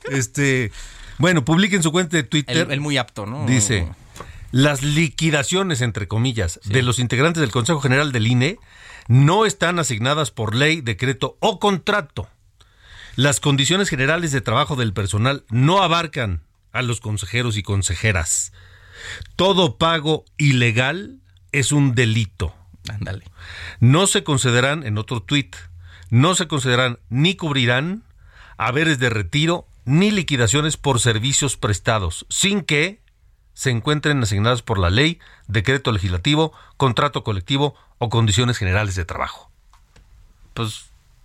Este, bueno, publica en su cuenta de Twitter. El, el muy apto, ¿no? Dice, las liquidaciones, entre comillas, sí. de los integrantes del Consejo General del I N E no están asignadas por ley, decreto o contrato. Las condiciones generales de trabajo del personal no abarcan a los consejeros y consejeras. Todo pago ilegal es un delito. Ándale. No se concederán, en otro tuit, no se concederán ni cubrirán haberes de retiro ni liquidaciones por servicios prestados, sin que se encuentren asignadas por la ley, decreto legislativo, contrato colectivo o condiciones generales de trabajo. Pues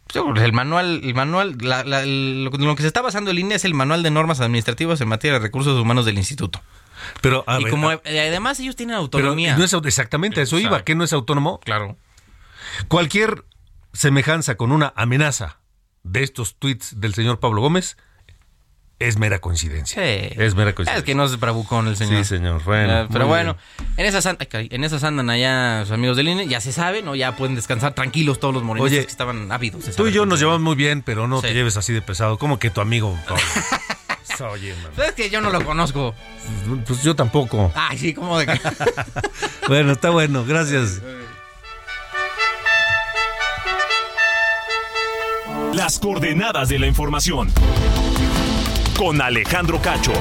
el manual, el manual, la, la, lo, lo que se está basando el I N E es el manual de normas administrativas en materia de recursos humanos del instituto. Pero a y ver, como a, además ellos tienen autonomía. Pero no es exactamente eso iba, ¿que no es autónomo? Claro. Cualquier semejanza con una amenaza de estos tweets del señor Pablo Gómez es mera coincidencia. Sí. Es mera coincidencia. Es que no es bravucón el señor. Sí, señor. Bueno, uh, pero bueno, en esas, en esas andan allá sus amigos del I N E, ya se sabe, ¿no? Ya pueden descansar tranquilos todos los morenistas que estaban ávidos. Tú y yo nos llevamos muy bien, pero no sí. te lleves así de pesado. ¿Cómo que tu amigo? Oye, man. Es que yo no lo conozco. Pues yo tampoco. Ay, sí, ¿cómo de qué? Bueno, está bueno, gracias. Las coordenadas de la información. Con Alejandro Cacho.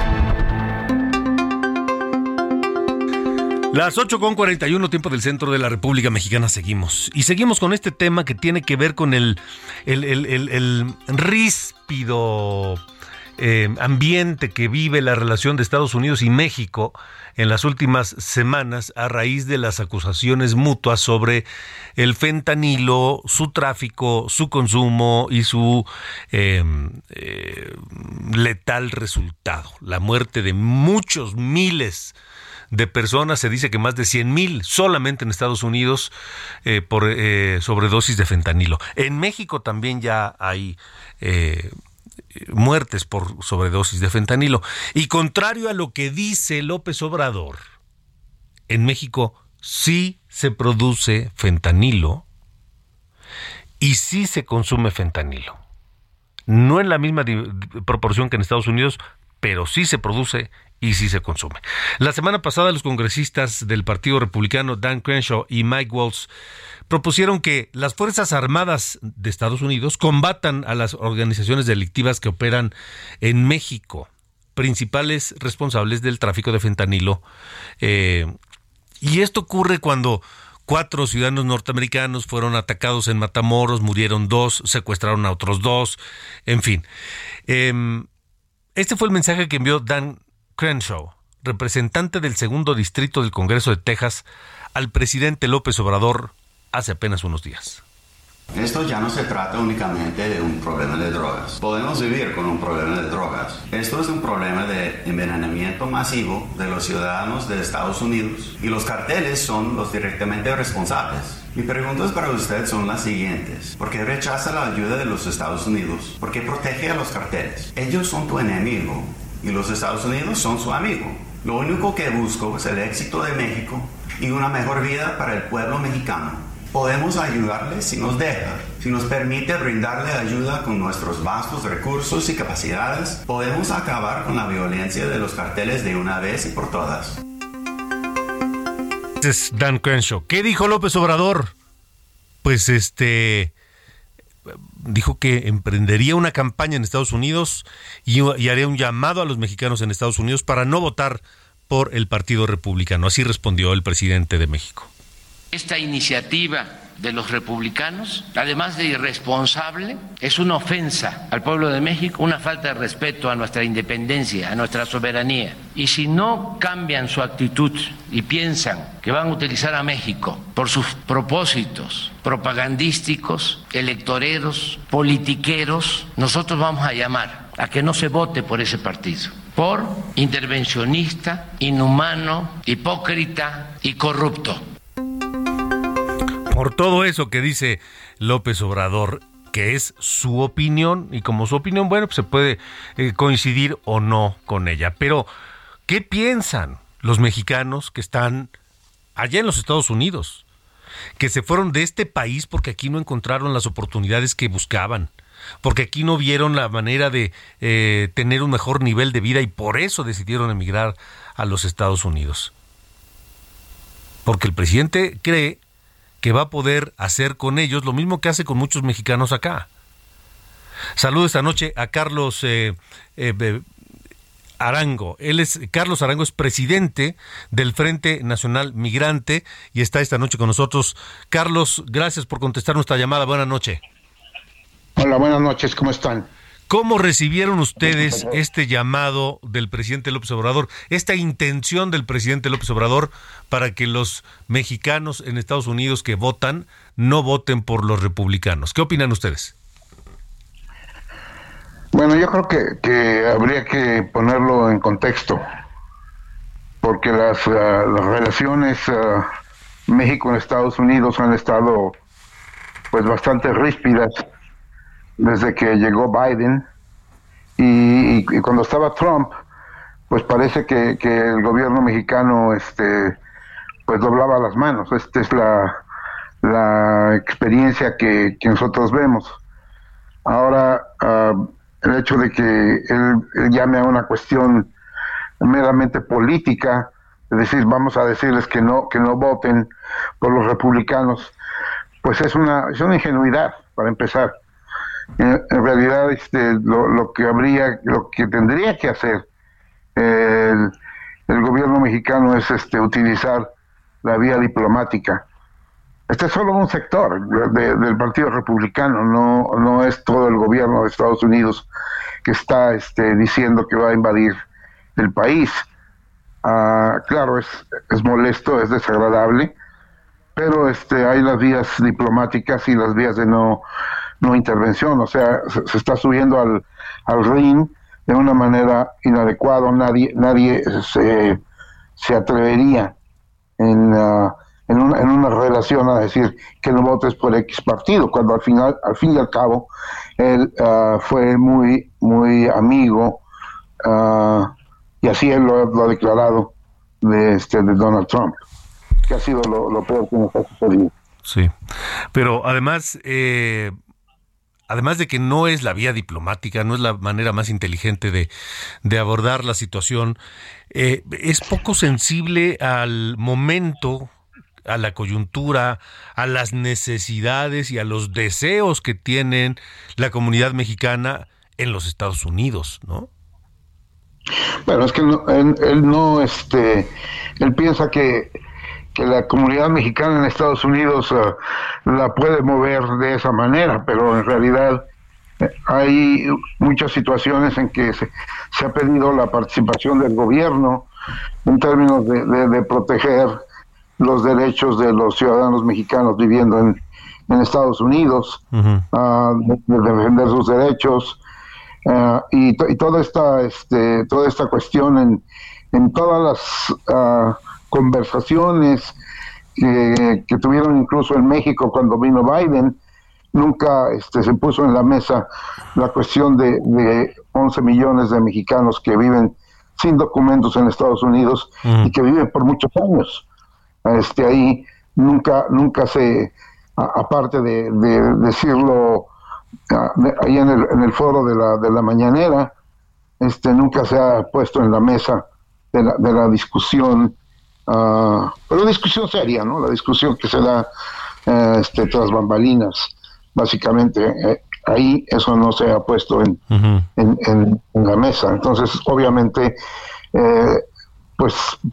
Las ocho con cuarenta y uno, tiempo del centro de la República Mexicana, seguimos. Y seguimos con este tema que tiene que ver con el, el, el, el, el ríspido eh, ambiente que vive la relación de Estados Unidos y México en las últimas semanas a raíz de las acusaciones mutuas sobre el fentanilo, su tráfico, su consumo y su eh, eh, letal resultado, la muerte de muchos miles de personas, se dice que más de cien mil solamente en Estados Unidos eh, por eh, sobredosis de fentanilo. En México también ya hay eh, muertes por sobredosis de fentanilo. Y contrario a lo que dice López Obrador, en México sí se produce fentanilo y sí se consume fentanilo. No en la misma di- proporción que en Estados Unidos, pero sí se produce y sí se consume. La semana pasada los congresistas del Partido Republicano, Dan Crenshaw y Mike Waltz, propusieron que las Fuerzas Armadas de Estados Unidos combatan a las organizaciones delictivas que operan en México, principales responsables del tráfico de fentanilo. Eh, y esto ocurre cuando, cuatro ciudadanos norteamericanos fueron atacados en Matamoros, murieron dos, secuestraron a otros dos, en fin. Eh, este fue el mensaje que envió Dan Crenshaw, representante del segundo distrito del Congreso de Texas, al presidente López Obrador hace apenas unos días. Esto ya no se trata únicamente de un problema de drogas. Podemos vivir con un problema de drogas. Esto es un problema de envenenamiento masivo de los ciudadanos de Estados Unidos y los carteles son los directamente responsables. Mis preguntas para usted son las siguientes. ¿Por qué rechaza la ayuda de los Estados Unidos? ¿Por qué protege a los carteles? Ellos son tu enemigo y los Estados Unidos son su amigo. Lo único que busco es el éxito de México y una mejor vida para el pueblo mexicano. Podemos ayudarle si nos deja, si nos permite brindarle ayuda con nuestros vastos recursos y capacidades. Podemos acabar con la violencia de los carteles de una vez y por todas. Este es Dan Crenshaw. ¿Qué dijo López Obrador? Pues este dijo que emprendería una campaña en Estados Unidos y, y haría un llamado a los mexicanos en Estados Unidos para no votar por el Partido Republicano. Así respondió el presidente de México. Esta iniciativa de los republicanos, además de irresponsable, es una ofensa al pueblo de México, una falta de respeto a nuestra independencia, a nuestra soberanía. Y si no cambian su actitud y piensan que van a utilizar a México por sus propósitos propagandísticos, electoreros, politiqueros, nosotros vamos a llamar a que no se vote por ese partido, por intervencionista, inhumano, hipócrita y corrupto. Por todo eso que dice López Obrador, que es su opinión, y como su opinión, bueno, pues se puede eh, coincidir o no con ella. Pero, ¿qué piensan los mexicanos que están allá en los Estados Unidos? Que se fueron de este país porque aquí no encontraron las oportunidades que buscaban, porque aquí no vieron la manera de eh, tener un mejor nivel de vida y por eso decidieron emigrar a los Estados Unidos. Porque el presidente cree que va a poder hacer con ellos lo mismo que hace con muchos mexicanos acá. Saludo esta noche a Carlos eh, eh, Arango. Él es Carlos Arango, es presidente del Frente Nacional Migrante y está esta noche con nosotros. Carlos, gracias por contestar nuestra llamada. Buenas noches. Hola, buenas noches. ¿Cómo están? ¿Cómo recibieron ustedes este llamado del presidente López Obrador, esta intención del presidente López Obrador para que los mexicanos en Estados Unidos que votan no voten por los republicanos? ¿Qué opinan ustedes? Bueno, yo creo que, que habría que ponerlo en contexto, porque las, uh, las relaciones uh, México en Estados Unidos han estado pues bastante ríspidas desde que llegó Biden y, y, y cuando estaba Trump, pues parece que, que el gobierno mexicano este pues doblaba las manos. Esta es la, la experiencia que, que nosotros vemos. Ahora, uh, el hecho de que él, él llame a una cuestión meramente política, es decir, vamos a decirles que no, que no voten por los republicanos, pues es una, es una ingenuidad, para empezar. En, en realidad, este, lo, lo que habría, lo que tendría que hacer eh, el, el gobierno mexicano es este, utilizar la vía diplomática. Este es solo un sector de, del Partido Republicano, no, no es todo el gobierno de Estados Unidos que está este, diciendo que va a invadir el país. Uh, claro, es, es molesto, es desagradable, pero este, hay las vías diplomáticas y las vías de no no intervención, o sea, se, se está subiendo al, al ring de una manera inadecuada. Nadie nadie se, se atrevería en, uh, en, una, en una relación a decir que no votes por X partido, cuando al final, al fin y al cabo, él uh, fue muy muy amigo, uh, y así él lo, lo ha declarado, de, este, de Donald Trump, que ha sido lo, lo peor que nos ha sucedido. Sí, pero además... Eh... Además de que no es la vía diplomática, no es la manera más inteligente de, de abordar la situación, eh, es poco sensible al momento, a la coyuntura, a las necesidades y a los deseos que tienen la comunidad mexicana en los Estados Unidos, ¿no? Bueno, es que no, él, él no, este, él piensa que, que la comunidad mexicana en Estados Unidos uh, la puede mover de esa manera, pero en realidad eh, hay muchas situaciones en que se, se ha pedido la participación del gobierno en términos de, de, de proteger los derechos de los ciudadanos mexicanos viviendo en, en Estados Unidos, uh-huh. uh, de, de defender sus derechos, uh, y, y toda esta este toda esta cuestión en, en todas las uh, conversaciones que, que tuvieron incluso en México cuando vino Biden, nunca este, se puso en la mesa la cuestión de, de once millones de mexicanos que viven sin documentos en Estados Unidos uh-huh. y que viven por muchos años. Este, ahí nunca nunca se, a, aparte de, de decirlo a, de, ahí en el, en el foro de la, de la mañanera, este, nunca se ha puesto en la mesa de la, de la discusión, uh, pero discusión seria, ¿no? La discusión que se da uh, este, tras bambalinas, básicamente. Eh, ahí eso no se ha puesto en, uh-huh. en, en, en la mesa. Entonces, obviamente, eh, pues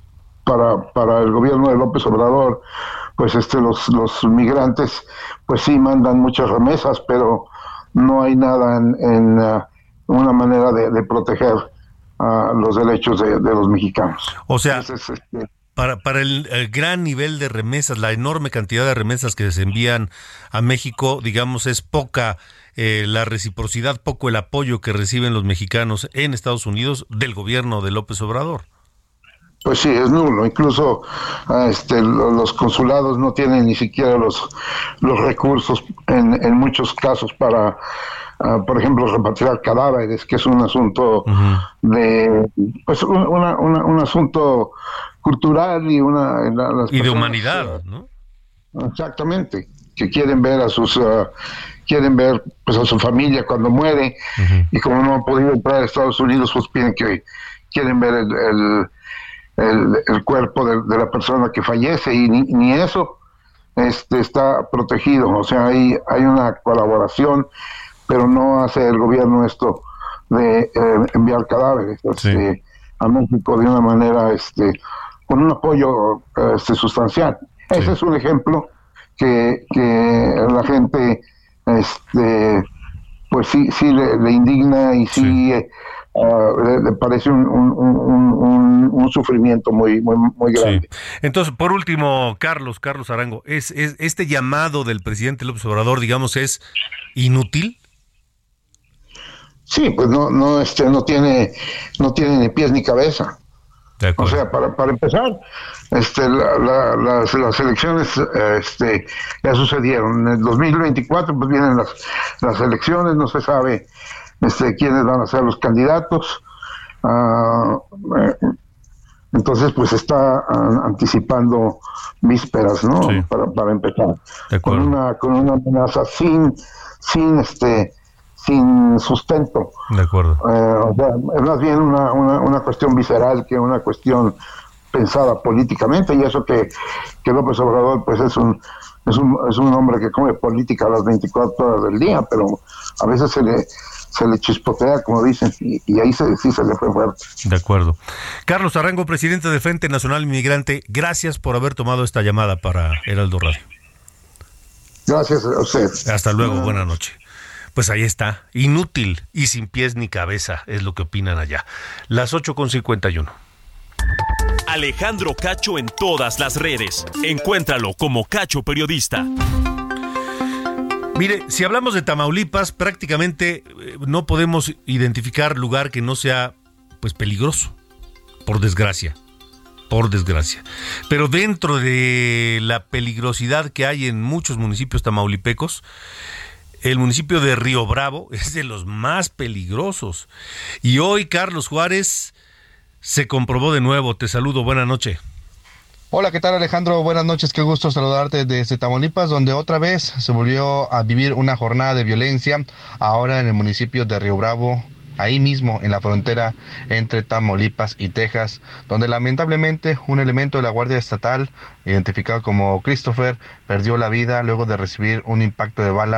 para para el gobierno de López Obrador, pues este los los migrantes, pues sí mandan muchas remesas, pero no hay nada en, en uh, una manera de, de proteger uh, los derechos de, de los mexicanos. O sea, Entonces, este, para para el, el gran nivel de remesas, la enorme cantidad de remesas que se envían a México, digamos, es poca eh, la reciprocidad, poco el apoyo que reciben los mexicanos en Estados Unidos del gobierno de López Obrador. Pues sí, es nulo. Incluso este, los consulados no tienen ni siquiera los los recursos en, en muchos casos para, uh, por ejemplo, repatriar cadáveres, que es un asunto uh-huh. de, pues una, una, un asunto cultural y una la, las y de personas, humanidad, ¿no? Exactamente, que quieren ver a sus uh, quieren ver pues a su familia cuando muere uh-huh. y como no han podido entrar a Estados Unidos, pues piden que quieren ver el, el El, el cuerpo de, de la persona que fallece, y ni, ni eso este está protegido. O sea, hay hay una colaboración, pero no hace el gobierno esto de eh, enviar cadáveres este, sí. a México de una manera este con un apoyo este sustancial. Sí. Ese es un ejemplo que que la gente este pues sí sí le, le indigna y sí, sí. Eh, Uh, le, le parece un, un, un, un, un sufrimiento muy muy muy grande. Sí. Entonces, por último, Carlos, Carlos Arango, ¿es, es este llamado del presidente López Obrador, digamos, es inútil? Sí, pues no no este no tiene no tiene ni pies ni cabeza. O sea, para para empezar, este la, la, las, las elecciones este ya sucedieron. En el dos mil veinticuatro pues vienen las las elecciones, no se sabe este quiénes van a ser los candidatos, uh, eh, entonces pues está uh, anticipando vísperas, ¿no? Sí. para para empezar con una con una amenaza sin sin este sin sustento. De acuerdo. Uh, o sea, es más bien una, una una cuestión visceral que una cuestión pensada políticamente, y eso que que López Obrador pues es un es un es un hombre que come política a las veinticuatro horas del día, pero a veces se le se le chispotea, como dicen, y, y ahí se, sí se le fue fuerte. De acuerdo. Carlos Arango, presidente del Frente Nacional Inmigrante, gracias por haber tomado esta llamada para Heraldo Radio. Gracias a usted. Hasta luego, uh, buena noche. Pues ahí está, inútil y sin pies ni cabeza, es lo que opinan allá. Las ocho con cincuenta y uno. Alejandro Cacho en todas las redes. Encuéntralo como Cacho Periodista. Mire, si hablamos de Tamaulipas, prácticamente eh, no podemos identificar lugar que no sea, pues, peligroso, por desgracia, por desgracia. Pero dentro de la peligrosidad que hay en muchos municipios tamaulipecos, el municipio de Río Bravo es de los más peligrosos. Y hoy, Carlos Juárez, se comprobó de nuevo. Te saludo, buena noche. Hola, ¿qué tal, Alejandro? Buenas noches, qué gusto saludarte desde Tamaulipas, donde otra vez se volvió a vivir una jornada de violencia, ahora en el municipio de Río Bravo, ahí mismo en la frontera entre Tamaulipas y Texas, donde lamentablemente un elemento de la Guardia Estatal, identificado como Christopher, perdió la vida luego de recibir un impacto de bala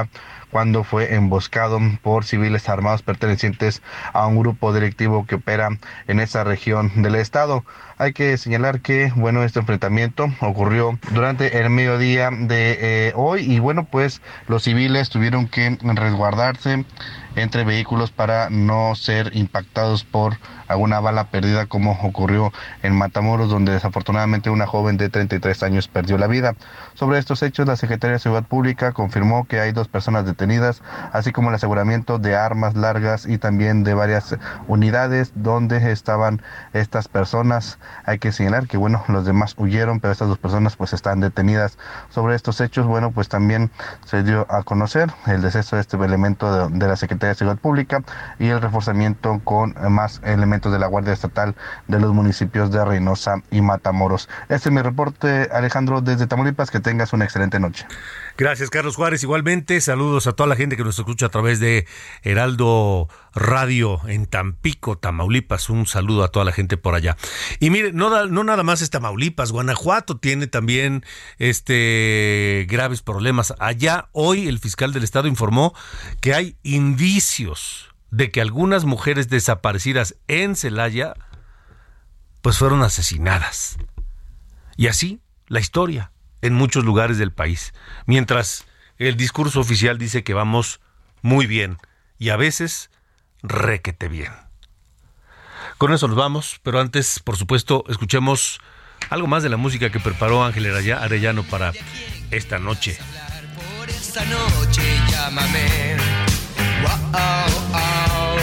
cuando fue emboscado por civiles armados pertenecientes a un grupo delictivo que opera en esa región del estado. Hay que señalar que, bueno, este enfrentamiento ocurrió durante el mediodía de eh, hoy y, bueno, pues los civiles tuvieron que resguardarse entre vehículos para no ser impactados por alguna bala perdida, como ocurrió en Matamoros, donde desafortunadamente una joven de treinta y tres años perdió la vida. Sobre estos hechos, la Secretaría de Seguridad Pública confirmó que hay dos personas detenidas, así como el aseguramiento de armas largas y también de varias unidades donde estaban estas personas. Hay que señalar que, bueno, los demás huyeron, pero estas dos personas pues están detenidas. Sobre estos hechos, bueno, pues también se dio a conocer el deceso de este elemento de, de la Secretaría de Seguridad Pública y el reforzamiento con más elementos de la Guardia Estatal de los municipios de Reynosa y Matamoros. Este es mi reporte, Alejandro, desde Tamaulipas. Que tengas una excelente noche. Gracias, Carlos Juárez. Igualmente, saludos a toda la gente que nos escucha a través de Heraldo Radio en Tampico, Tamaulipas. Un saludo a toda la gente por allá. Y mire, no, no nada más es Tamaulipas, Guanajuato tiene también este graves problemas. Allá hoy el fiscal del estado informó que hay indicios de que algunas mujeres desaparecidas en Celaya pues fueron asesinadas. Y así la historia en muchos lugares del país. Mientras el discurso oficial dice que vamos muy bien y a veces requete bien. Con eso nos vamos, pero antes, por supuesto, escuchemos algo más de la música que preparó Ángel Arellano para esta noche. Por esta noche llámame. Wow, oh.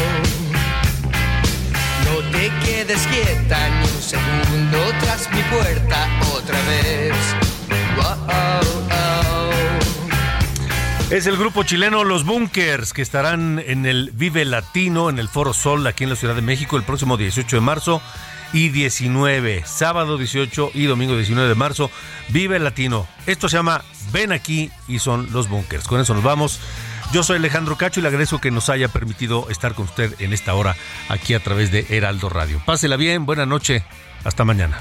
No te quedes quieta ni un segundo tras mi puerta otra vez. Wow, oh. Es el grupo chileno Los Bunkers, que estarán en el Vive Latino, en el Foro Sol, aquí en la Ciudad de México, el próximo dieciocho de marzo y diecinueve, sábado dieciocho y domingo diecinueve de marzo, Vive Latino. Esto se llama Ven Aquí y son Los Bunkers. Con eso nos vamos. Yo soy Alejandro Cacho y le agradezco que nos haya permitido estar con usted en esta hora aquí a través de Heraldo Radio. Pásela bien, buena noche, hasta mañana.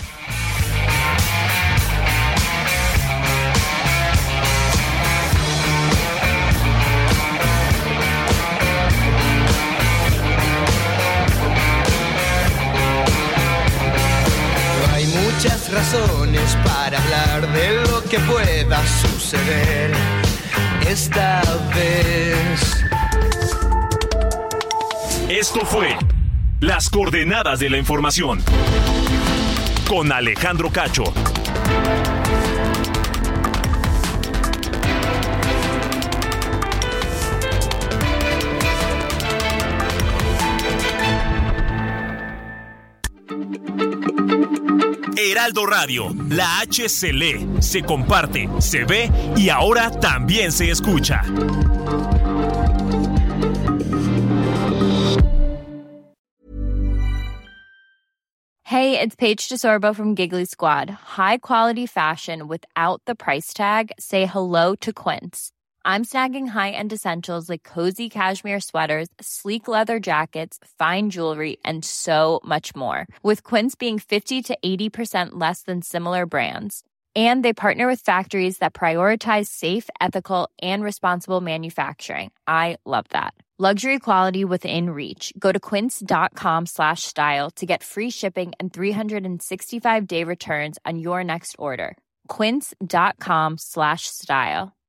No hay muchas razones para hablar de lo que pueda suceder esta vez. Esto fue Las Coordenadas de la Información con Alejandro Cacho. Heraldo Radio, la H se lee, se comparte, se ve y ahora también se escucha. Hey, it's Paige DeSorbo from Giggly Squad. High quality fashion without the price tag. Say hello to Quince. I'm snagging high-end essentials like cozy cashmere sweaters, sleek leather jackets, fine jewelry, and so much more. With Quince being fifty to eighty percent less than similar brands. And they partner with factories that prioritize safe, ethical, and responsible manufacturing. I love that. Luxury quality within reach. Go to quince.com slash style to get free shipping and three sixty-five day returns on your next order. Quince.com slash style.